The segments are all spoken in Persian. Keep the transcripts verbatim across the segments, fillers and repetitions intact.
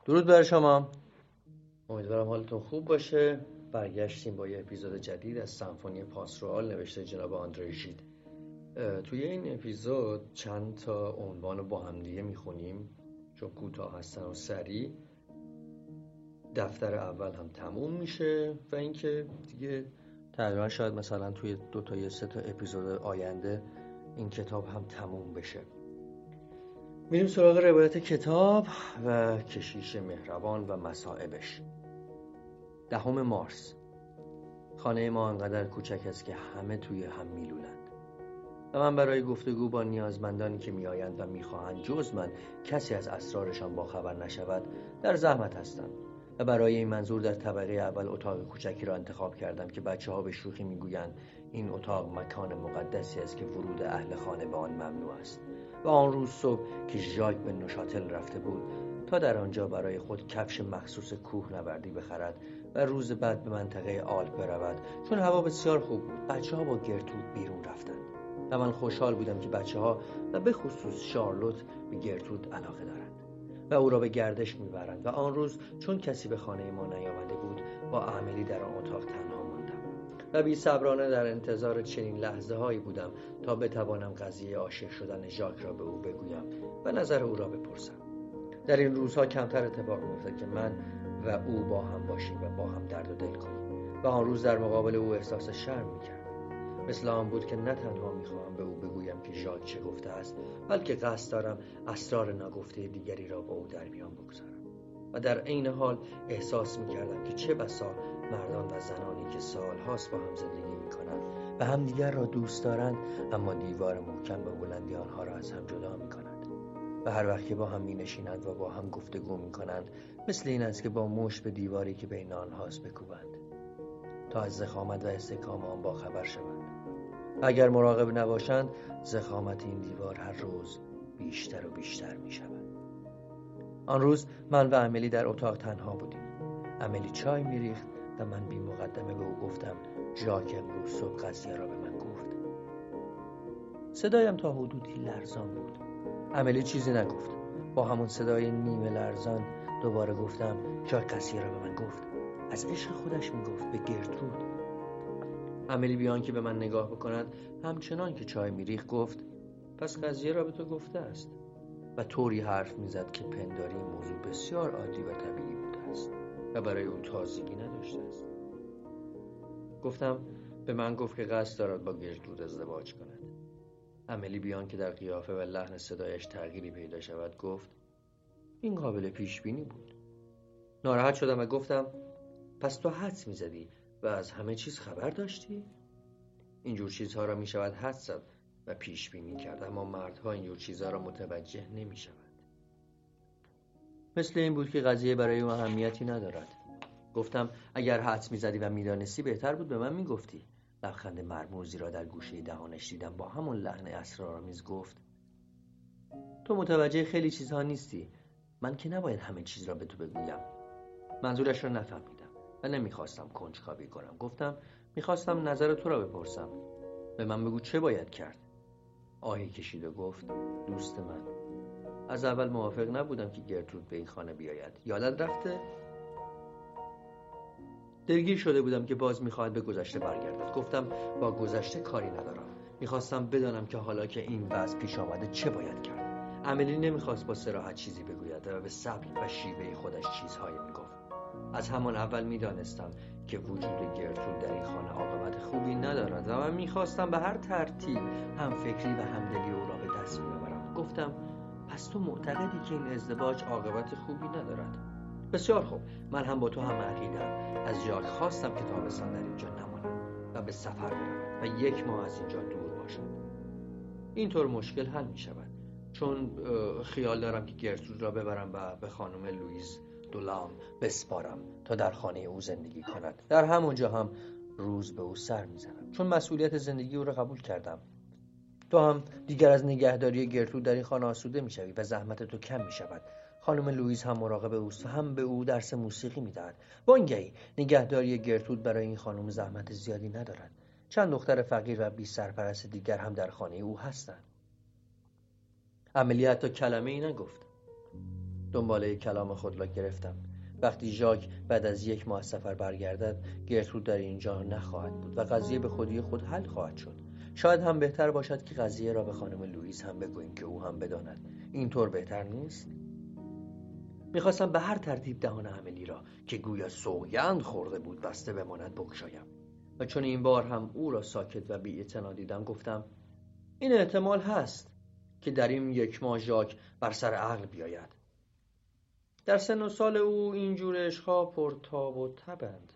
درود بر شما. امیدوارم حالتون خوب باشه. برگشتیم با یه اپیزود جدید از سمفونی پاسروال نوشته جناب آندره ژید. توی این اپیزود چند تا عنوان رو با هم دیگه میخونیم چون کوتاه هستن و سریع. دفتر اول هم تموم میشه و اینکه دیگه تقریبا شاید مثلا توی دو تا یا سه تا اپیزود آینده این کتاب هم تموم بشه. میریم سراغ روایت کتاب و کشیش مهربان و مصائبش. دهم مارس. خانه ما انقدر کوچک است که همه توی هم میلولند و من برای گفتگو با نیازمندانی که میآیند و میخواهند جز من کسی از اسرارشان با خبر نشود در زحمت هستم و برای این منظور در طبقه اول اتاق کوچکی را انتخاب کردم که بچه ها به شوخی میگویند این اتاق مکان مقدسی است که ورود اهل خانه به آن ممنوع است. و آن روز صبح که ژاک به نوشاتل رفته بود تا در آنجا برای خود کفش مخصوص کوهنوردی بخرد و روز بعد به منطقه آلپ برود، چون هوا بسیار خوب بود، بچه ها با گرترود بیرون رفتند و من خوشحال بودم که بچه ها و به خصوص شارلوت به گرترود علاقه دارند و او را به گردش میبرند. و آن روز چون کسی به خانه ما نیامده بود با امیلی در آن اتاق تنها ماندم و بی صبرانه در انتظار چنین لحظه هایی بودم تا بتوانم قضیه عاشق شدن ژاک را به او بگویم و نظر او را بپرسم. در این روزها کمتر اتفاق می‌افتد که من و او با هم باشیم و با هم درد و دل کنیم و آن روز در مقابل او احساس شرم می‌کردم. مثل آن بود که نه تنها می‌خواهم به او بگویم که ژاک چه گفته است، بلکه قصد دارم اسرار ناگفته دیگری را با او در میان بگذارم. و در عین حال احساس می‌کردم که چه بسا مردان و زنانی که سال‌هاست با هم زندگی می‌کنند و همدیگر را دوست دارند اما دیوار محکم به بلندی آنها را از هم جدا می‌کند و هر وقت که با هم می‌نشینند و با هم گفتگو می‌کنند مثل این است که با مشت به دیواری که بین آنهاست بکوبند تا از ضخامت و استحکام آن باخبر شوند. و اگر مراقب نباشند ضخامت این دیوار هر روز بیشتر و بیشتر می‌شود. آن روز من و امیلی در اتاق تنها بودیم. امیلی چای می‌ریخت و من بی مقدمه به او گفتم ژاک امروز صبح قضیه را به من گفت. صدایم تا حدودی لرزان بود. امیلی چیزی نگفت. با همون صدای نیمه لرزان دوباره گفتم ژاک قضیه را به من گفت. از عشق خودش میگفت به گرترود. امیلی بیان که به من نگاه بکند همچنان که چای میریخت گفت پس قضیه را به تو گفته است و طوری حرف میزد که پنداری موضوع بسیار عادی و طبیعی بوده است و برای او تازگی نداشته است. گفتم به من گفت که قصد دارد با گرترود ازدواج کند. امیلی بیان که در قیافه و لحن صدایش تغییری پیدا شود گفت این قابل پیش بینی بود. ناراحت شدم و گفتم پس تو حدس میزدی و از همه چیز خبر داشتی؟ اینجور چیزها را میشود حدس زد و پیش بینی کرد، اما مردها اینجور چیزها را متوجه نمیشوند. مثل این بود که قضیه برای او اهمیتی ندارد. گفتم اگر حدس میزدی و میدانستی بهتر بود به من میگفتی. لبخند مرموزی را در گوشه دهانش دیدم. با همون لحن اسرارآمیز گفت تو متوجه خیلی چیزها نیستی. من که نباید همه چیز را به تو بگویم. منظورش را نفهمیدم و نمیخواستم کنجکاوی کنم. گفتم میخواستم نظر تو را بپرسم. به من بگو چه باید کرد. آهی کشید و گفت دوست من، از اول موافق نبودم که گرترود به این خانه بیاید. یادت رفته؟ دلگیر شده بودم که باز میخواهد به گذشته برگردد. گفتم با گذشته کاری ندارم. میخواستم بدانم که حالا که این وضع پیش آمده چه باید کرد. امیلی نمیخواست با صراحت چیزی بگوید و به سبک و شیوه خودش چیزهایی میگفت. از همان اول میدانستم که وجود گرترود در این خانه عاقبت خوبی ندارد و من میخواستم به هر ترتیب هم فکری و همدلی او را به دست بیاورم. گفتم پس تو معتقدی که این ازدواج عاقبت خوبی ندارد؟ بسیار خوب، من هم با تو هم عقیده‌ام. از ژاک خواستم که تابستان در اینجا نمانم و به سفر برود و یک ماه از اینجا دور باشم. اینطور مشکل حل می شود، چون خیال دارم که گرترود را ببرم و به خانم لوئیز دولام بسپارم تا در خانه او زندگی کند. در همونجا هم روز به او سر می زنم، چون مسئولیت زندگی او را قبول کردم. تو هم دیگر از نگهداری گرترود در این خانه آسوده می شوی و زحمت تو کم می شود. خانم لوئیز هم مراقب اوست، هم به او درس موسیقی می دهد. وانگهی نگهداری گرترود برای این خانم زحمت زیادی ندارد. چند دختر فقیر و بی سرپرست دیگر هم در خانه او هستند. امیلی حتی کلمه ای نگفت. دنباله کلام خود را گرفتم. وقتی ژاک بعد از یک ماه سفر برگردد، گرترود در اینجا نخواهد بود و قضیه به خودی خود حل خواهد شد. شاید هم بهتر باشد که قضیه را به خانم لوئیس هم بگوییم که او هم بداند. اینطور بهتر نیست؟ میخواستم به هر ترتیب دهان امیلی را که گویا سوگند خورده بود بسته بماند بگشایم و چون این بار هم او را ساکت و بی‌اعتنا دیدم گفتم این احتمال هست که در این یک ماه ژاک بر سر عقل بیاید. در سن و سال او اینجور عشق‌ها پرتاب و تبند.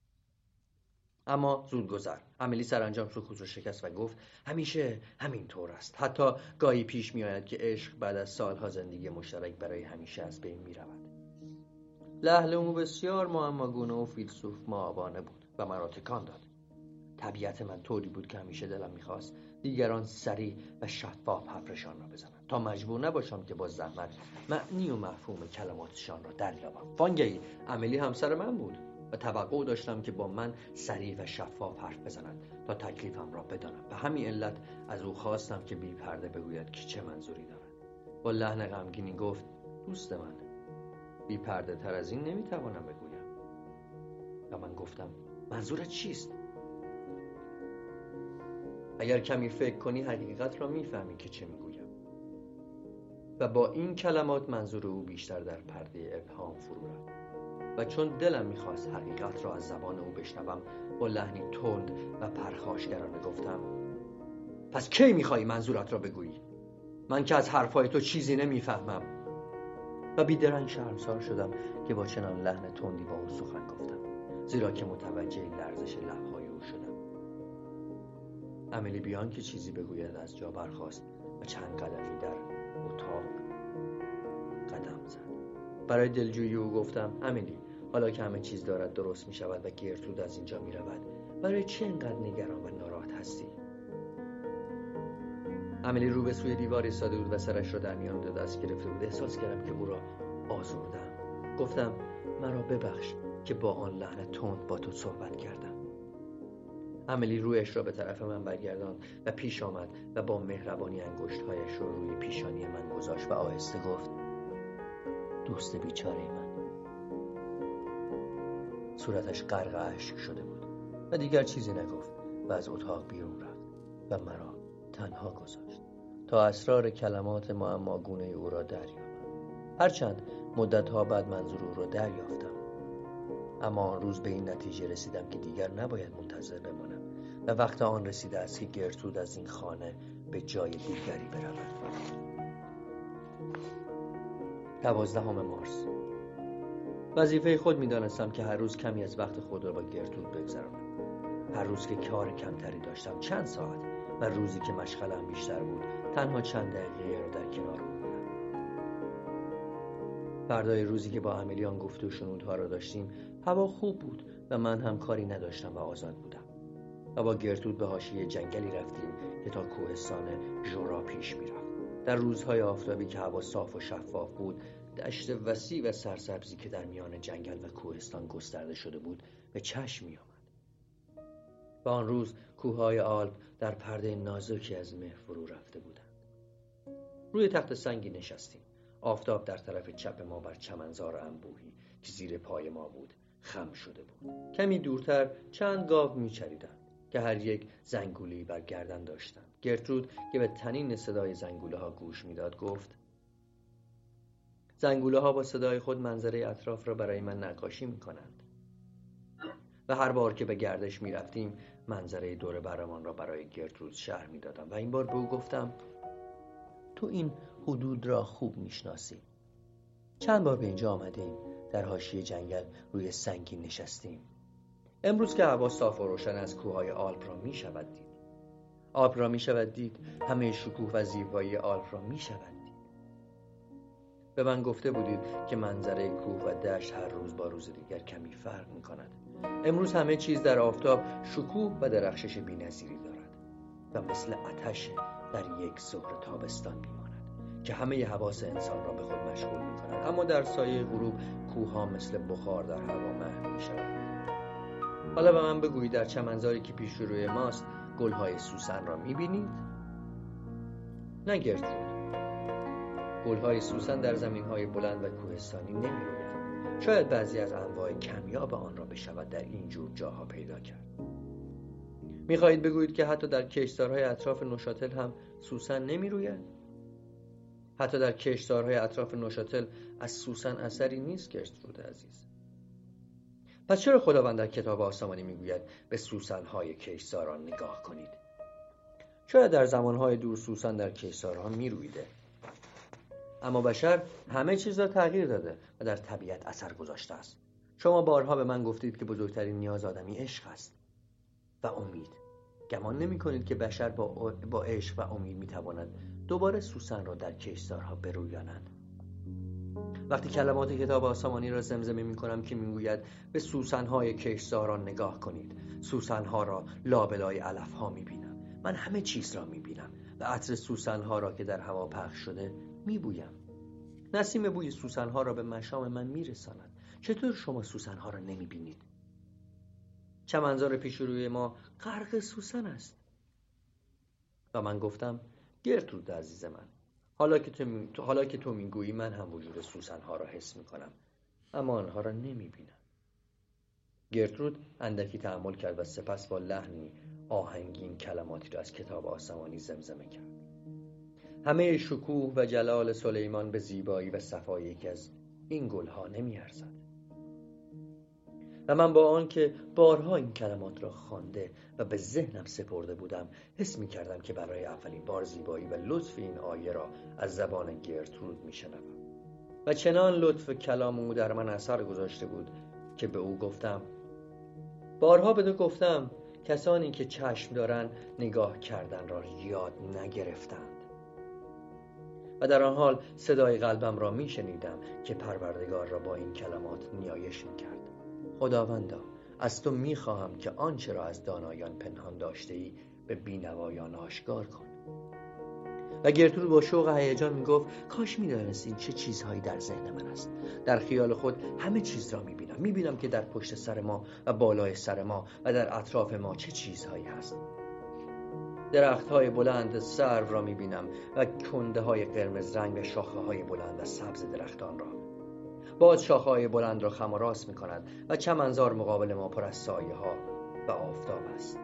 اما زود گذر. امیلی سرانجام سکوت را شکست و گفت همیشه همین طور است. حتی گاهی پیش می آید که عشق بعد از سالها زندگی مشترک برای همیشه از بین می رود. لحن او بسیار معماگونه و فیلسوف مآبانه بود و مرا تکان داد. طبیعت من طوری بود که همیشه دلم می‌خواست دیگران سریع و شفاف حرفشان را بزنند تا مجبور نباشم که با زحمت معنی و مفهوم کلماتشان را دریابم. وانگهی امیلی همسر من بود و توقع داشتم که با من سریع و شفاف حرف بزند تا تکلیفم را بدانم. به همین علت از او خواستم که بی پرده بگوید که چه منظوری دارد. با لحن غمگینی گفت دوست من، بی پرده تر از این نمیتوانم بگویم. و من گفتم منظورت چیست؟ اگر کمی فکر کنی حقیقت را میفهمی که چه میگویم. و با این کلمات منظور او بیشتر در پرده ابهام فرو رفت و چون دلم میخواست حقیقت را از زبان او بشنوم با لحنی تند و پرخاشگرانه گفتم پس کی میخوایی منظورت را بگویی؟ من که از حرفای تو چیزی نمیفهمم. و بیدرنگ شرمسار شدم که با چنان لحن تندی با او سخن گفتم، زیرا که متوجه لرزش لبهای او شدم. امیلی بیان که چیزی بگوید از جا برخاست و چند قدمی در اتاق قدم زد. برای دلجویی او گفتم امیلی، حالا که همه چیز دارد درست می شود و گرترود از اینجا می رود، برای چه اینقدر نگران و ناراحت هستی؟ امیلی رو به سوی دیوار ایستاده بود و سرش را در میان دو دست گرفته بود. احساس کردم که او را آزردم. گفتم مرا ببخش که با آن لحن تند با تو صحبت کردم. امیلی رویش را به طرف من برگرداند و پیش آمد و با مهربانی انگشت‌هایش را روی پیشانی من گذاشت و آهسته گفت دوست بیچاره من. صورتش غرق اشک شده بود و دیگر چیزی نگفت و از اتاق بیرون رفت و مرا تنها گذاشت تا اسرار کلمات معماگونه او را دریابم. هرچند مدت‌ها بعد منظور او را دریافتم، اما آن روز به این نتیجه رسیدم که دیگر نباید منتظر بمانم و وقت آن رسیده است که گرترود از این خانه به جای دیگری برود. دوازدهم مارس. وظیفه خود می‌دانستم که هر روز کمی از وقت خود را با گرترود بگذرانم. هر روز که کار کمتری داشتم چند ساعت و روزی که مشغله‌ام بیشتر بود تنها چند دقیقه را در کنار او بودم. فردای روزی که با امیلی آن گفته و شنودها را داشتیم هوا خوب بود و من هم کاری نداشتم و آزاد بودم و با گرترود به حاشیه جنگلی رفتیم که تا کوهستان ژورا پیش می‌رفت. در روزهای آفتابی که هوا صاف و شفاف بود، دشت وسیع و سرسبزی که در میان جنگل و کوهستان گسترده شده بود به چشم می‌آمد. و آن روز کوههای آلپ در پرده نازکی از مه فرو رفته بودند. روی تخت سنگی نشستیم. آفتاب در طرف چپ ما بر چمنزار انبوهی که زیر پای ما بود خم شده بود. کمی دورتر چند گاو میچریدند که هر یک زنگوله‌ای بر گردن داشتند. گرترود که به طنین صدای زنگوله ها گوش میداد گفت زنگوله ها با صدای خود منظره اطراف را برای من نقاشی میکنند. و هر بار که به گردش می رفتیم منظره دور برمان را برای گرترود شرح می دادم و این بار به او گفتم تو این حدود را خوب می شناسی. چند بار به اینجا آمده ایم، در حاشیه جنگل روی سنگی نشستیم. امروز که هوا صاف و روشن از کوههای آلپ را می شود دید. آلپ را می شود دید، همه شکوه و زیبایی آلپ را می شود دید. به من گفته بودید که منظره کوه و دشت هر روز با روز دیگر کمی فرق می کند. امروز همه چیز در آفتاب شکوه و درخشش بی‌نظیری دارد و مثل آتش در یک ظهر تابستان میماند که همه حواس انسان را به خود مشغول می کند، اما در سایه غروب کوه‌ها مثل بخار در هوا محو می شود. حالا به من بگویید در چمنزاری که پیش روی ماست گل‌های سوسن را می بینید؟ نه گرترود، گل‌های سوسن در زمین‌های بلند و کوهستانی نمی‌روید. شاید بعضی از انواع کمیاب آن را بشود در این جور جاها پیدا کرد. می‌خواهید بگویید که حتی در کشتزارهای اطراف نوشاتل هم سوسن نمی‌روید؟ حتی در کشتزارهای اطراف نوشاتل از سوسن اثری نیست گرترود عزیز. پس چرا خداوند در کتاب آسمانی میگوید به سوسن‌های کشتزاران نگاه کنید؟ شاید در زمانهای دور سوسن در کشتزارها میرویده، اما بشر همه چیز را تغییر داده و در طبیعت اثر گذاشته است. شما بارها به من گفتید که بزرگترین نیاز آدمی عشق است و امید. گمان نمی کنید که بشر با, با عشق و امید می تواند دوباره سوسن را در کشتزارها برویاند؟ وقتی کلمات کتاب آسمانی را زمزمه می کنم که می گوید به سوسن‌های کشتزاران نگاه کنید، سوسن‌ها را لابلای علف‌ها می بینم. من همه چیز را می بینم و عطر سوسن‌ها را که در هوا پخش شده می بویم. نسیم بوی سوسن‌ها را به مشام من می رساند. چطور شما سوسن‌ها را نمی بینید؟ چمنزار پیش روی ما غرق سوسن است. و من گفتم گرترود عزیز من، حالا که تو می... حالا که تو میگویی من هم وجود سوسن‌ها را حس می‌کنم، اما آنها را نمی‌بینم. گرترود اندکی تأمل کرد و سپس با لحنی آهنگین کلماتی را از کتاب آسمانی زمزمه کرد. همه شکوه و جلال سلیمان به زیبایی و صفایی یکی از این گل‌ها نمی‌ارزد. و من با آن که بارها این کلمات را خوانده و به ذهنم سپرده بودم، حس می کردم که برای اولین بار زیبایی و لطف این آیه را از زبان گرترود می شنوم. و چنان لطف کلام او در من اثر گذاشته بود که به او گفتم بارها به تو گفتم کسانی که چشم دارن نگاه کردن را یاد نگرفتند. و در آن حال صدای قلبم را می شنیدم که پروردگار را با این کلمات نیایش می کرد. خداوندا، از تو می خواهم که آنچه را از دانایان پنهان داشته ای به بینوایان آشکار کن. و گرترود با شوق و هیجان می گفت کاش می دانستین چه چیزهایی در ذهن من است. در خیال خود همه چیز را می بینم. می بینم که در پشت سر ما و بالای سر ما و در اطراف ما چه چیزهایی هست. درخت‌های بلند سرو را می بینم و کنده های قرمز رنگ و شاخه های بلند و سبز درختان را. باز شاخه‌های بلند را خم و راست می کند و چمنزار مقابل ما پر از سایه ها و آفتاب است.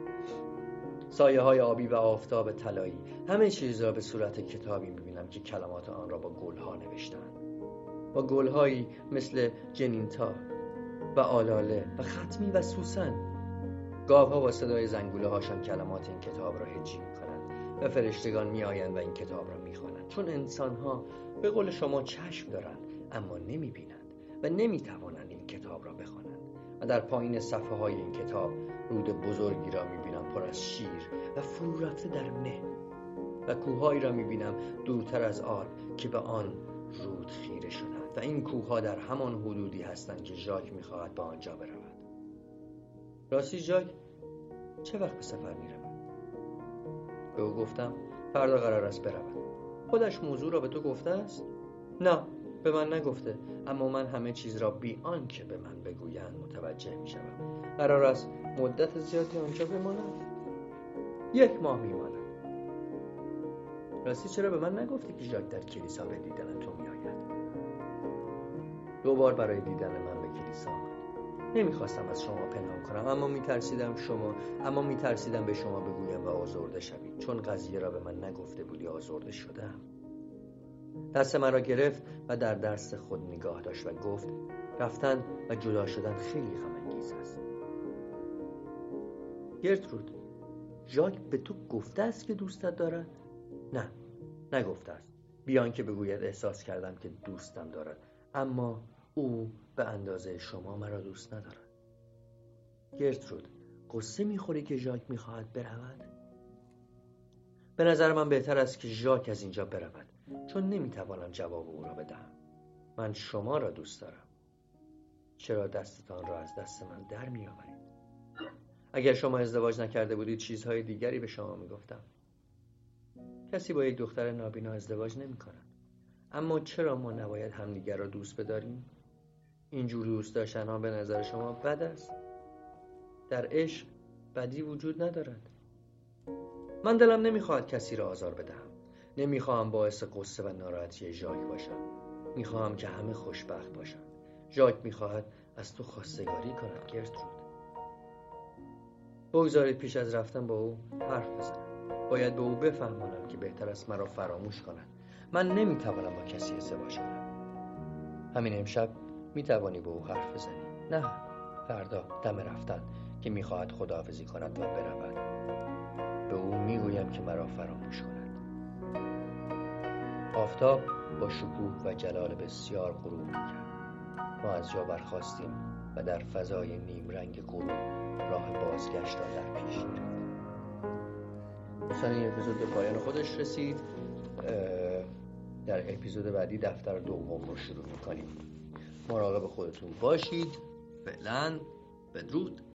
سایه های آبی و آفتاب طلایی. همه چیز را به صورت کتابی می بینم که کلمات آن را با گل‌ها نوشتند. با گل‌هایی مثل جنینتا و آلاله و ختمی و سوسن. گاوها با صدای زنگوله هاشان کلمات این کتاب را هجی می کنند و فرشتگان می آیند و این کتاب را می خوانند. چون انسان‌ها به قول شما چشم دارند اما نمی بینند و نمی توانند این کتاب را بخوانند. و در پایین صفحه های این کتاب رود بزرگی را می بینم پر از شیر و فرو رفته در مه و کوههایی را می بینم دورتر از آلپ که به آن رود خیره شدند و این کوهها در همان حدودی هستند که ژاک می خواهد به آنجا برود. راستی ژاک چه وقت به سفر می رود؟ به او گفتم فردا قرار است برود. خودش موضوع را به تو گفته است؟ نه، به من نگفته، اما من همه چیز را بی آنکه به من بگویند متوجه می شدم. قرار است مدت زیادی آنجا بمانم؟ یک ماه می مانم. راستی چرا به من نگفتی که ژاک در کلیسا به دیدن تو می آید؟ دو بار برای دیدن من به کلیسا آمد. نمیخواستم از شما پنهان کنم، اما میترسیدم شما اما میترسیدم به شما بگویم و آزرده شوید. چون قضیه را به من نگفته بودی آزرده شدم. دست من را گرفت و در دست خود نگاه داشت و گفت رفتن و جدا شدن خیلی غم انگیز است. گرترود، ژاک به تو گفته است که دوستت دارد؟ نه، نگفته است. بیان که بگوید احساس کردم که دوستم دارد، اما او به اندازه شما مرا دوست ندارد. گرترود، قصه میخوری که ژاک میخواهد برود؟ به نظر من بهتر است که ژاک از اینجا برود، چون نمیتوانم جواب او را بدهم. من شما را دوست دارم. چرا دستتان را از دست من در میآورید؟ اگر شما ازدواج نکرده بودید چیزهای دیگری به شما میگفتم. کسی با یک دختر نابینا ازدواج نمی کند. اما چرا ما نباید همدیگر را دوست بداریم؟ اینجور دوست داشتن ها به نظر شما بد است؟ در عشق بدی وجود ندارد. من دلم نمیخواهد کسی را آزار بدهم. نمیخواهم باعث قصه و ناراحتی ژاک باشم. میخواهم که همه خوشبخت باشن. ژاک میخواهد از تو خواستگاری کند گرترود. بگذارید پیش از رفتن با او حرف بزنم. باید به او بفهمانم که بهتر است مرا فراموش کند. من نمیتوانم با کسی ازدواج کنم. همین امشب میتوانی به او حرف بزنی. نه، فردا دم رفتن که میخواهد خداحافظی کند و برود. به او میگویم که مرا فراموش کند. آفتاب با شکوه و جلال بسیار غروب میکرد. ما از جا برخاستیم و در فضای نیم رنگ غروب راه بازگشت را در پیش گرفتیم. دوستان، این اپیزود به پایان خودش رسید. در اپیزود بعدی دفتر دوم رو شروع میکنیم. مراقب خودتون باشید. فعلا بدرود.